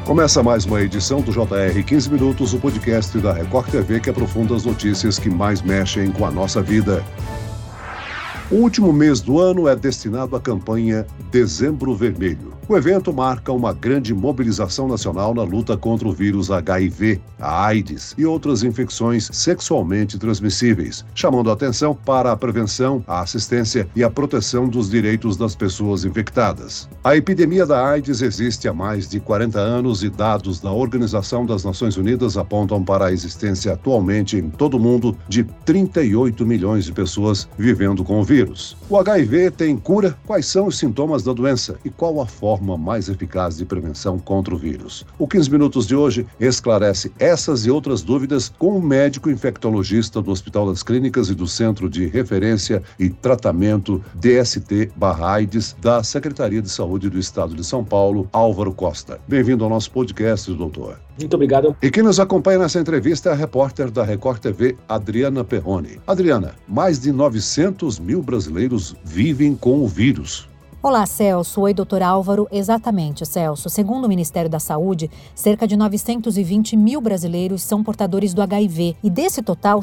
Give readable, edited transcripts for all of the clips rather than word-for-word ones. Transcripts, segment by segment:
Começa mais uma edição do JR 15 Minutos, o podcast da Record TV que aprofunda as notícias que mais mexem com a nossa vida. O último mês do ano é destinado à campanha Dezembro Vermelho. O evento marca uma grande mobilização nacional na luta contra o vírus HIV, a AIDS e outras infecções sexualmente transmissíveis, chamando a atenção para a prevenção, a assistência e a proteção dos direitos das pessoas infectadas. A epidemia da AIDS existe há mais de 40 anos e dados da Organização das Nações Unidas apontam para a existência atualmente em todo o mundo de 38 milhões de pessoas vivendo com o vírus. O HIV tem cura? Quais são os sintomas da doença e qual a forma mais eficaz de prevenção contra o vírus? O 15 Minutos de hoje esclarece essas e outras dúvidas com o médico infectologista do Hospital das Clínicas e do Centro de Referência e Tratamento DST/AIDS da Secretaria de Saúde do Estado de São Paulo, Álvaro Costa. Bem-vindo ao nosso podcast, doutor. Muito obrigado. E quem nos acompanha nessa entrevista é a repórter da Record TV, Adriana Perrone. Adriana, mais de 900 mil brasileiros vivem com o vírus. Olá, Celso. Oi, doutor Álvaro. Exatamente, Celso. Segundo o Ministério da Saúde, cerca de 920 mil brasileiros são portadores do HIV e desse total,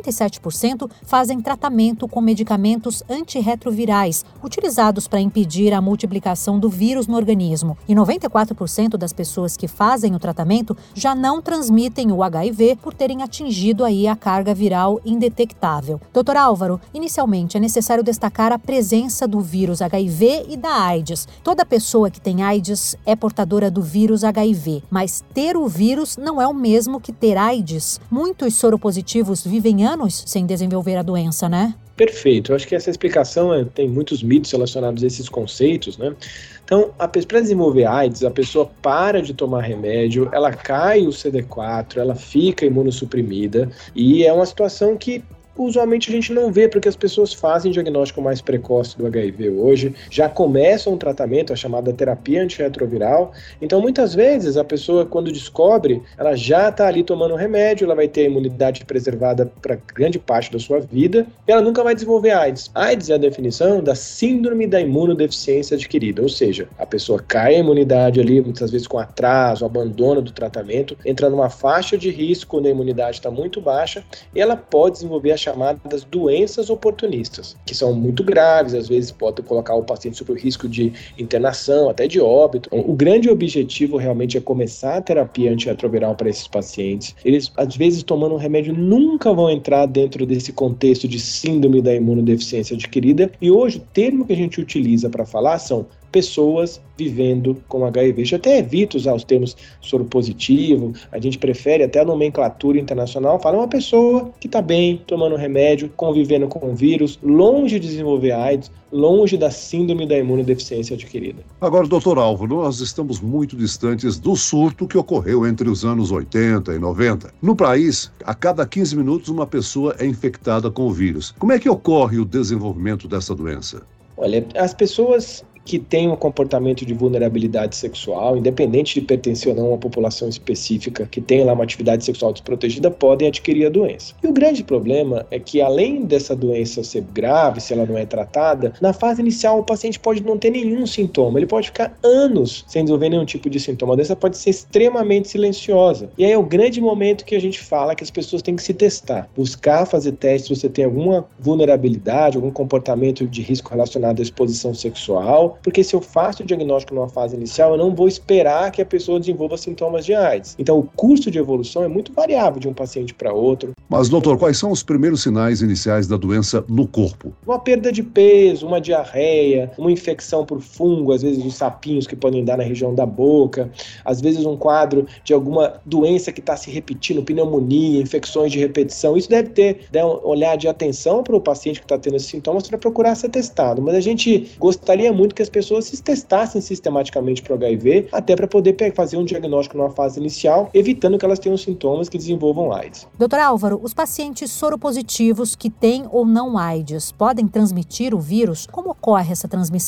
77% fazem tratamento com medicamentos antirretrovirais, utilizados para impedir a multiplicação do vírus no organismo. E 94% das pessoas que fazem o tratamento já não transmitem o HIV por terem atingido aí a carga viral indetectável. Doutor Álvaro, inicialmente é necessário destacar a presença do vírus HIV e da AIDS. Toda pessoa que tem AIDS é portadora do vírus HIV, mas ter o vírus não é o mesmo que ter AIDS. Muitos soropositivos vivem anos sem desenvolver a doença, né? Perfeito. Eu acho que essa explicação tem muitos mitos relacionados a esses conceitos, né? Então, para desenvolver AIDS, a pessoa para de tomar remédio, ela cai o CD4, ela fica imunossuprimida e é uma situação que usualmente a gente não vê, porque as pessoas fazem diagnóstico mais precoce do HIV hoje, já começam um tratamento, a chamada terapia antirretroviral. Então, muitas vezes, a pessoa, quando descobre, ela já está ali tomando remédio, ela vai ter a imunidade preservada para grande parte da sua vida, e ela nunca vai desenvolver AIDS. AIDS é a definição da síndrome da imunodeficiência adquirida, ou seja, a pessoa cai a imunidade ali, muitas vezes com atraso, abandono do tratamento, entra numa faixa de risco quando a imunidade está muito baixa, e ela pode desenvolver a chamadas doenças oportunistas, que são muito graves, às vezes pode colocar o paciente sob o risco de internação, até de óbito. Então, o grande objetivo realmente é começar a terapia antirretroviral para esses pacientes. Eles, às vezes, tomando um remédio, nunca vão entrar dentro desse contexto de síndrome da imunodeficiência adquirida, e hoje o termo que a gente utiliza para falar são pessoas vivendo com HIV. Eu até evito usar os termos soropositivo, a gente prefere até a nomenclatura internacional, fala uma pessoa que está bem, tomando remédio, convivendo com o vírus, longe de desenvolver AIDS, longe da síndrome da imunodeficiência adquirida. Agora, doutor Álvaro, nós estamos muito distantes do surto que ocorreu entre os anos 80 e 90. No país, a cada 15 minutos uma pessoa é infectada com o vírus. Como é que ocorre o desenvolvimento dessa doença? Olha, as pessoas que têm um comportamento de vulnerabilidade sexual, independente de pertencer ou não a uma população específica que tenha lá uma atividade sexual desprotegida, podem adquirir a doença. E o grande problema é que, além dessa doença ser grave, se ela não é tratada, na fase inicial o paciente pode não ter nenhum sintoma, ele pode ficar anos sem desenvolver nenhum tipo de sintoma. A doença pode ser extremamente silenciosa. E aí é o grande momento que a gente fala que as pessoas têm que se testar, buscar fazer testes se você tem alguma vulnerabilidade, algum comportamento de risco relacionado à exposição sexual, porque se eu faço o diagnóstico numa fase inicial, eu não vou esperar que a pessoa desenvolva sintomas de AIDS. Então, o curso de evolução é muito variável de um paciente para outro. Mas, doutor, quais são os primeiros sinais iniciais da doença no corpo? Uma perda de peso, uma diarreia, uma infecção por fungo, às vezes os sapinhos que podem dar na região da boca, às vezes um quadro de alguma doença que está se repetindo, pneumonia, infecções de repetição. Isso deve dar um olhar de atenção para o paciente que está tendo esses sintomas para procurar ser testado. Mas a gente gostaria muito que as pessoas se testassem sistematicamente para o HIV, até para poder fazer um diagnóstico numa fase inicial, evitando que elas tenham sintomas que desenvolvam AIDS. Doutor Álvaro, os pacientes soropositivos que têm ou não AIDS podem transmitir o vírus? Como ocorre essa transmissão?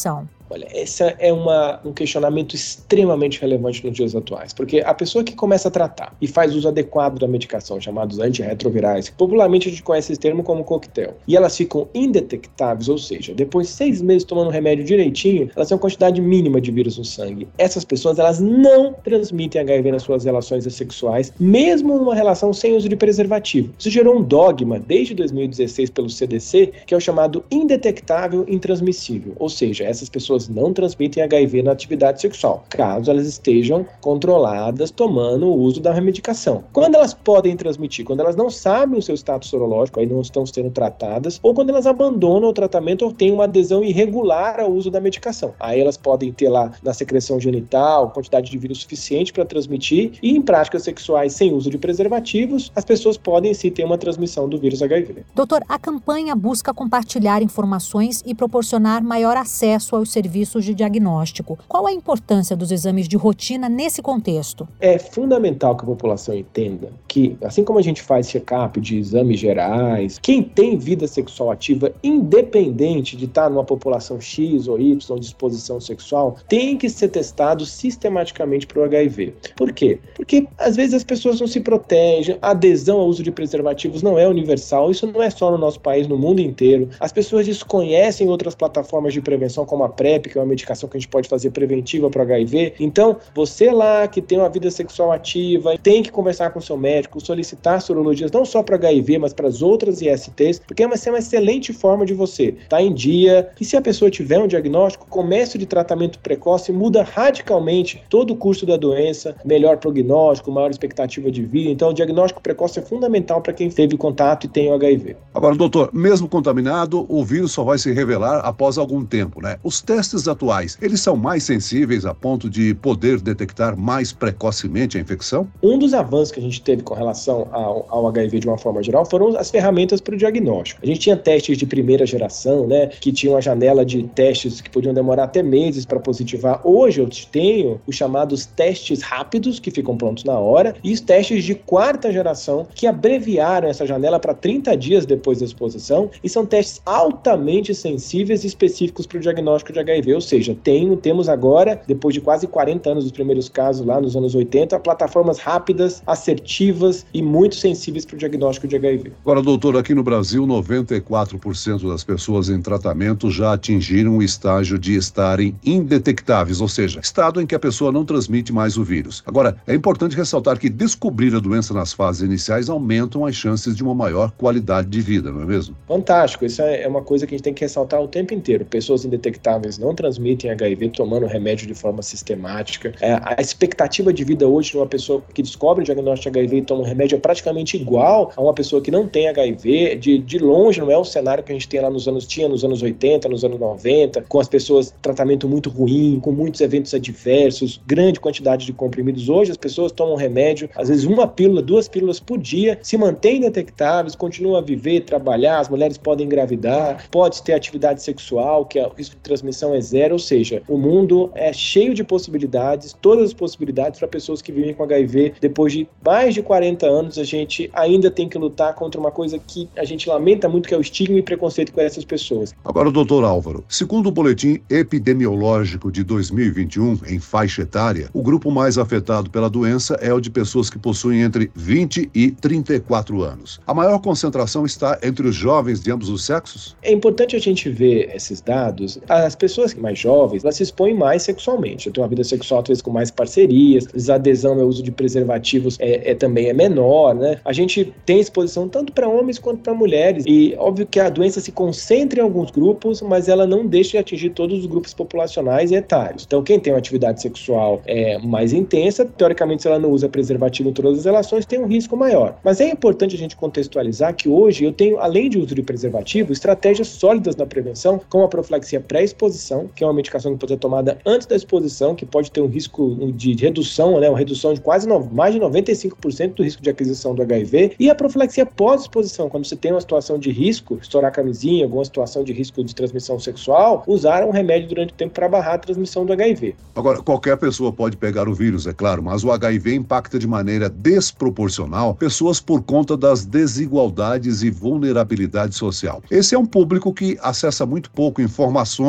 Olha, esse é um questionamento extremamente relevante nos dias atuais, porque a pessoa que começa a tratar e faz uso adequado da medicação, chamados antirretrovirais, que popularmente a gente conhece esse termo como coquetel, e elas ficam indetectáveis, ou seja, depois de 6 meses tomando remédio direitinho, elas têm uma quantidade mínima de vírus no sangue. Essas pessoas, elas não transmitem HIV nas suas relações sexuais, mesmo numa relação sem uso de preservativo. Isso gerou um dogma desde 2016 pelo CDC, que é o chamado indetectável intransmissível, ou seja, essas pessoas não transmitem HIV na atividade sexual, caso elas estejam controladas tomando o uso da medicação. Quando elas podem transmitir? Quando elas não sabem o seu status sorológico, aí não estão sendo tratadas, ou quando elas abandonam o tratamento ou têm uma adesão irregular ao uso da medicação. Aí elas podem ter lá na secreção genital quantidade de vírus suficiente para transmitir, e em práticas sexuais sem uso de preservativos, as pessoas podem sim ter uma transmissão do vírus HIV. Doutor, a campanha busca compartilhar informações e proporcionar maior acesso aos serviços de diagnóstico. Qual a importância dos exames de rotina nesse contexto? É fundamental que a população entenda que, assim como a gente faz check-up de exames gerais, quem tem vida sexual ativa, independente de estar numa população X ou Y de exposição sexual, tem que ser testado sistematicamente para o HIV. Por quê? Porque às vezes as pessoas não se protegem, a adesão ao uso de preservativos não é universal, isso não é só no nosso país, no mundo inteiro. As pessoas desconhecem outras plataformas de prevenção como a PrEP, que é uma medicação que a gente pode fazer preventiva para o HIV. Então, você lá que tem uma vida sexual ativa, tem que conversar com o seu médico, solicitar sorologias não só para HIV, mas para as outras ISTs, porque vai ser uma excelente forma de você estar em dia. E se a pessoa tiver um diagnóstico, começo de tratamento precoce muda radicalmente todo o curso da doença, melhor prognóstico, maior expectativa de vida. Então, o diagnóstico precoce é fundamental para quem teve contato e tem o HIV. Agora, doutor, mesmo contaminado, o vírus só vai se revelar após algum tempo, né? Os testes atuais, eles são mais sensíveis a ponto de poder detectar mais precocemente a infecção? Um dos avanços que a gente teve com relação ao HIV de uma forma geral foram as ferramentas para o diagnóstico. A gente tinha testes de primeira geração, né, que tinha uma janela de testes que podiam demorar até meses para positivar. Hoje eu tenho os chamados testes rápidos, que ficam prontos na hora, e os testes de quarta geração, que abreviaram essa janela para 30 dias depois da exposição, e são testes altamente sensíveis e específicos para o diagnóstico de HIV. Ou seja, temos agora, depois de quase 40 anos dos primeiros casos lá nos anos 80, plataformas rápidas, assertivas e muito sensíveis para o diagnóstico de HIV. Agora, doutor, aqui no Brasil, 94% das pessoas em tratamento já atingiram o estágio de estarem indetectáveis, ou seja, estado em que a pessoa não transmite mais o vírus. Agora, é importante ressaltar que descobrir a doença nas fases iniciais aumentam as chances de uma maior qualidade de vida, não é mesmo? Fantástico, isso é uma coisa que a gente tem que ressaltar o tempo inteiro. Pessoas indetectáveis não transmitem HIV tomando remédio de forma sistemática. A expectativa de vida hoje de uma pessoa que descobre o diagnóstico de HIV e toma um remédio é praticamente igual a uma pessoa que não tem HIV. De longe não é o cenário que a gente tem lá tinha nos anos 80, nos anos 90, com as pessoas tratamento muito ruim, com muitos eventos adversos, grande quantidade de comprimidos. Hoje as pessoas tomam remédio, às vezes 1 pílula, 2 pílulas por dia, se mantêm detectáveis, continuam a viver, trabalhar, as mulheres podem engravidar, pode ter atividade sexual, que o risco de transmissão é zero, ou seja, o mundo é cheio de possibilidades, todas as possibilidades para pessoas que vivem com HIV. Depois de mais de 40 anos, a gente ainda tem que lutar contra uma coisa que a gente lamenta muito, que é o estigma e preconceito com essas pessoas. Agora, doutor Álvaro, segundo o boletim epidemiológico de 2021, em faixa etária, o grupo mais afetado pela doença é o de pessoas que possuem entre 20 e 34 anos. A maior concentração está entre os jovens de ambos os sexos? É importante a gente ver esses dados. As pessoas mais jovens, elas se expõem mais sexualmente. Tem uma vida sexual, às vezes, com mais parcerias, a adesão ao uso de preservativos também é menor, né? A gente tem exposição tanto para homens quanto para mulheres. E óbvio que a doença se concentra em alguns grupos, mas ela não deixa de atingir todos os grupos populacionais e etários. Então, quem tem uma atividade sexual mais intensa, teoricamente, se ela não usa preservativo em todas as relações, tem um risco maior. Mas é importante a gente contextualizar que hoje eu tenho, além de uso de preservativo, estratégias sólidas na prevenção, como a profilaxia pré-exposição, que é uma medicação que pode ser tomada antes da exposição, que pode ter um risco de redução, né, uma redução de quase mais de 95% do risco de aquisição do HIV, e a profilaxia pós-exposição, quando você tem uma situação de risco, estourar a camisinha, alguma situação de risco de transmissão sexual, usar um remédio durante o tempo para barrar a transmissão do HIV. Agora, qualquer pessoa pode pegar o vírus, é claro, mas o HIV impacta de maneira desproporcional pessoas por conta das desigualdades e vulnerabilidade social. Esse é um público que acessa muito pouco informações e até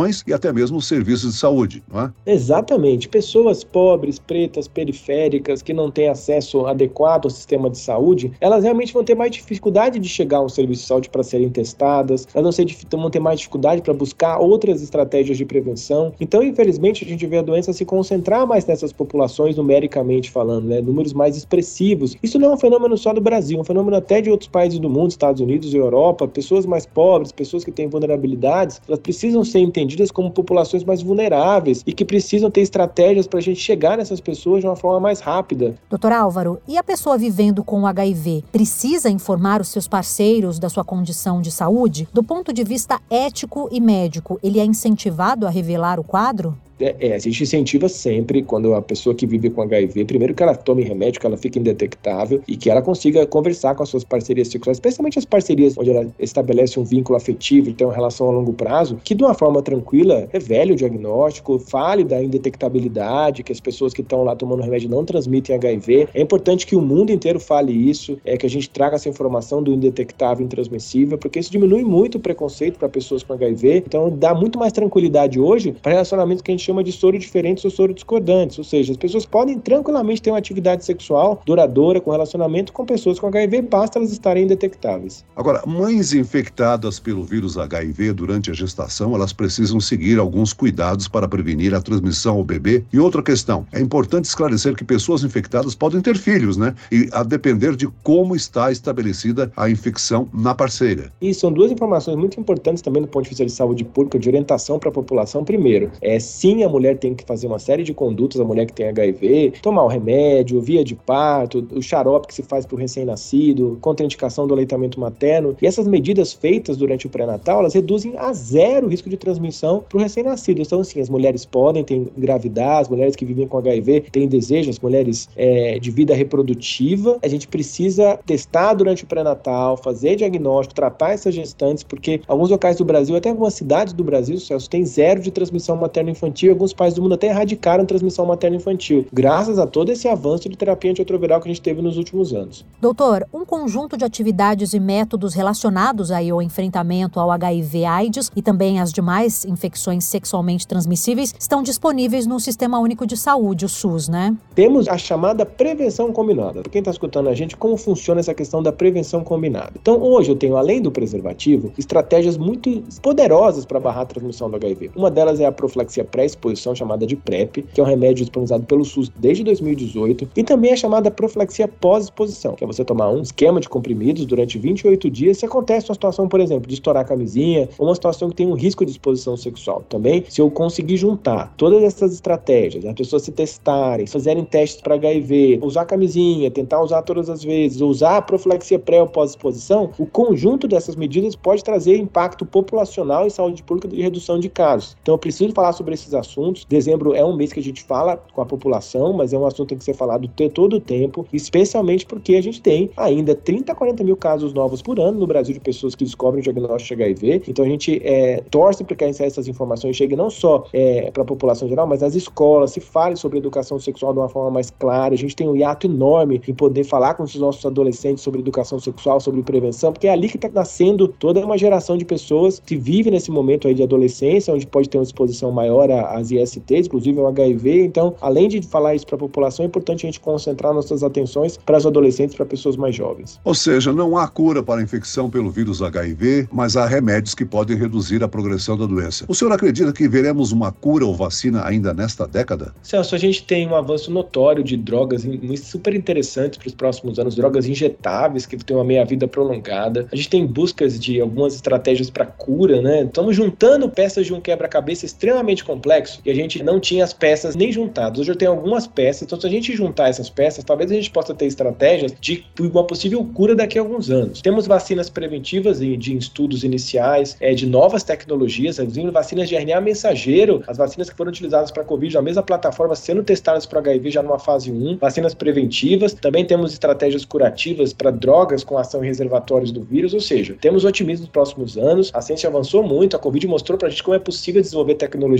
até mesmo os serviços de saúde, não é? Exatamente. Pessoas pobres, pretas, periféricas, que não têm acesso adequado ao sistema de saúde, elas realmente vão ter mais dificuldade de chegar a um serviço de saúde para serem testadas, elas vão ter mais dificuldade para buscar outras estratégias de prevenção. Então, infelizmente, a gente vê a doença se concentrar mais nessas populações, numericamente falando, né? Números mais expressivos. Isso não é um fenômeno só do Brasil, é um fenômeno até de outros países do mundo, Estados Unidos e Europa. Pessoas mais pobres, pessoas que têm vulnerabilidades, elas precisam ser entendidas como populações mais vulneráveis e que precisam ter estratégias para a gente chegar nessas pessoas de uma forma mais rápida. Doutor Álvaro, e a pessoa vivendo com o HIV precisa informar os seus parceiros da sua condição de saúde? Do ponto de vista ético e médico, ele é incentivado a revelar o quadro? A gente incentiva sempre, quando a pessoa que vive com HIV, primeiro que ela tome remédio, que ela fique indetectável e que ela consiga conversar com as suas parcerias sexuais, especialmente as parcerias onde ela estabelece um vínculo afetivo e tem uma relação a longo prazo, que de uma forma tranquila revele o diagnóstico, fale da indetectabilidade, que as pessoas que estão lá tomando remédio não transmitem HIV. É importante que o mundo inteiro fale isso, que a gente traga essa informação do indetectável e intransmissível, porque isso diminui muito o preconceito para pessoas com HIV, então dá muito mais tranquilidade hoje para relacionamentos que a gente chama de soro diferentes ou soro discordantes, ou seja, as pessoas podem tranquilamente ter uma atividade sexual duradoura com relacionamento com pessoas com HIV, basta elas estarem indetectáveis. Agora, mães infectadas pelo vírus HIV durante a gestação, elas precisam seguir alguns cuidados para prevenir a transmissão ao bebê. E outra questão, é importante esclarecer que pessoas infectadas podem ter filhos, né? E a depender de como está estabelecida a infecção na parceira. E são duas informações muito importantes também do ponto de vista de saúde pública, de orientação para a população. Primeiro, sim, a mulher tem que fazer uma série de condutas, a mulher que tem HIV, tomar o remédio, via de parto, o xarope que se faz para o recém-nascido, contraindicação do aleitamento materno. E essas medidas feitas durante o pré-natal, elas reduzem a zero o risco de transmissão para o recém-nascido. Então, assim, as mulheres podem engravidar, as mulheres que vivem com HIV têm desejo, as mulheres de vida reprodutiva. A gente precisa testar durante o pré-natal, fazer diagnóstico, tratar essas gestantes, porque alguns locais do Brasil, até algumas cidades do Brasil, Celso, tem zero de transmissão materno-infantil. Alguns países do mundo até erradicaram a transmissão materno-infantil, graças a todo esse avanço de terapia antirretroviral que a gente teve nos últimos anos. Doutor, um conjunto de atividades e métodos relacionados aí ao enfrentamento ao HIV/AIDS e também às demais infecções sexualmente transmissíveis estão disponíveis no Sistema Único de Saúde, o SUS, né? Temos a chamada prevenção combinada. Para quem está escutando a gente, como funciona essa questão da prevenção combinada? Então, hoje eu tenho, além do preservativo, estratégias muito poderosas para barrar a transmissão do HIV. Uma delas é a profilaxia pré-exposição, chamada de PrEP, que é um remédio disponibilizado pelo SUS desde 2018, e também a chamada profilaxia pós-exposição, que é você tomar um esquema de comprimidos durante 28 dias se acontece uma situação, por exemplo, de estourar a camisinha, ou uma situação que tem um risco de exposição sexual. Também, se eu conseguir juntar todas essas estratégias, as pessoas se testarem, fazerem testes para HIV, usar a camisinha, tentar usar todas as vezes, usar a profilaxia pré ou pós-exposição, o conjunto dessas medidas pode trazer impacto populacional em saúde pública de redução de casos. Então, eu preciso falar sobre esses assuntos. Dezembro é um mês que a gente fala com a população, mas é um assunto que tem que ser falado todo o tempo, especialmente porque a gente tem ainda 30 a 40 mil casos novos por ano no Brasil de pessoas que descobrem o diagnóstico de HIV. Então, a gente torce para que essas informações cheguem não só para a população geral, mas nas escolas, se fale sobre educação sexual de uma forma mais clara. A gente tem um hiato enorme em poder falar com os nossos adolescentes sobre educação sexual, sobre prevenção, porque é ali que está nascendo toda uma geração de pessoas que vive nesse momento aí de adolescência, onde pode ter uma exposição maior às ISTs, inclusive ao HIV. Então, além de falar isso para a população, é importante a gente concentrar nossas atenções para os adolescentes, para pessoas mais jovens. Ou seja, não há cura para a infecção pelo vírus HIV, mas há remédios que podem reduzir a progressão da doença. O senhor acredita que veremos uma cura ou vacina ainda nesta década? Celso, a gente tem um avanço notório de drogas super interessantes para os próximos anos, drogas injetáveis que têm uma meia-vida prolongada. A gente tem buscas de algumas estratégias para cura, né? Estamos juntando peças de um quebra-cabeça extremamente complexo e a gente não tinha as peças nem juntadas. Hoje eu tenho algumas peças, então se a gente juntar essas peças, talvez a gente possa ter estratégias de uma possível cura daqui a alguns anos. Temos vacinas preventivas de estudos iniciais, de novas tecnologias, inclusive vacinas de RNA mensageiro, as vacinas que foram utilizadas para a Covid, na mesma plataforma, sendo testadas para HIV já numa fase 1, vacinas preventivas. Também temos estratégias curativas para drogas com ação em reservatórios do vírus, ou seja, temos otimismo nos próximos anos. A ciência avançou muito, a Covid mostrou para a gente como é possível desenvolver tecnologias vacinais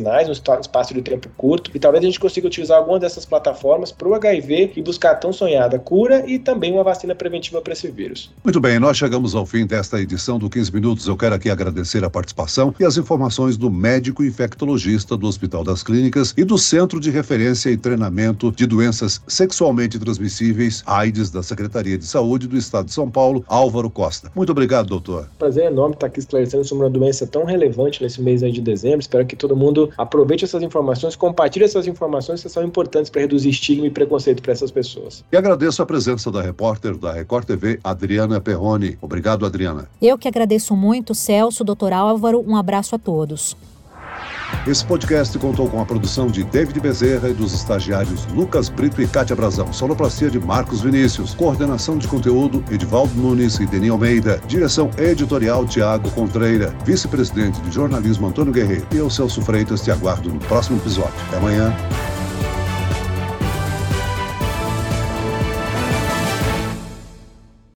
vacinais, um espaço de tempo curto, e talvez a gente consiga utilizar alguma dessas plataformas para o HIV e buscar a tão sonhada cura e também uma vacina preventiva para esse vírus. Muito bem, nós chegamos ao fim desta edição do 15 Minutos. Eu quero aqui agradecer a participação e as informações do médico infectologista do Hospital das Clínicas e do Centro de Referência e Treinamento de Doenças Sexualmente Transmissíveis, AIDS, da Secretaria de Saúde do Estado de São Paulo, Álvaro Costa. Muito obrigado, doutor. Prazer enorme estar aqui esclarecendo sobre uma doença tão relevante nesse mês aí de dezembro. Espero que todo mundo aproveite essas informações, compartilhe essas informações que são importantes para reduzir estigma e preconceito para essas pessoas. E agradeço a presença da repórter da Record TV, Adriana Perrone. Obrigado, Adriana. Eu que agradeço muito, Celso, doutor Álvaro. Um abraço a todos. Esse podcast contou com a produção de David Bezerra e dos estagiários Lucas Brito e Kátia Brazão. Sonoplastia de Marcos Vinícius. Coordenação de conteúdo, Edivaldo Nunes e Deni Almeida. Direção editorial, Tiago Contreira. Vice-presidente de jornalismo, Antônio Guerreiro. E eu, Celso Freitas, te aguardo no próximo episódio. Até amanhã.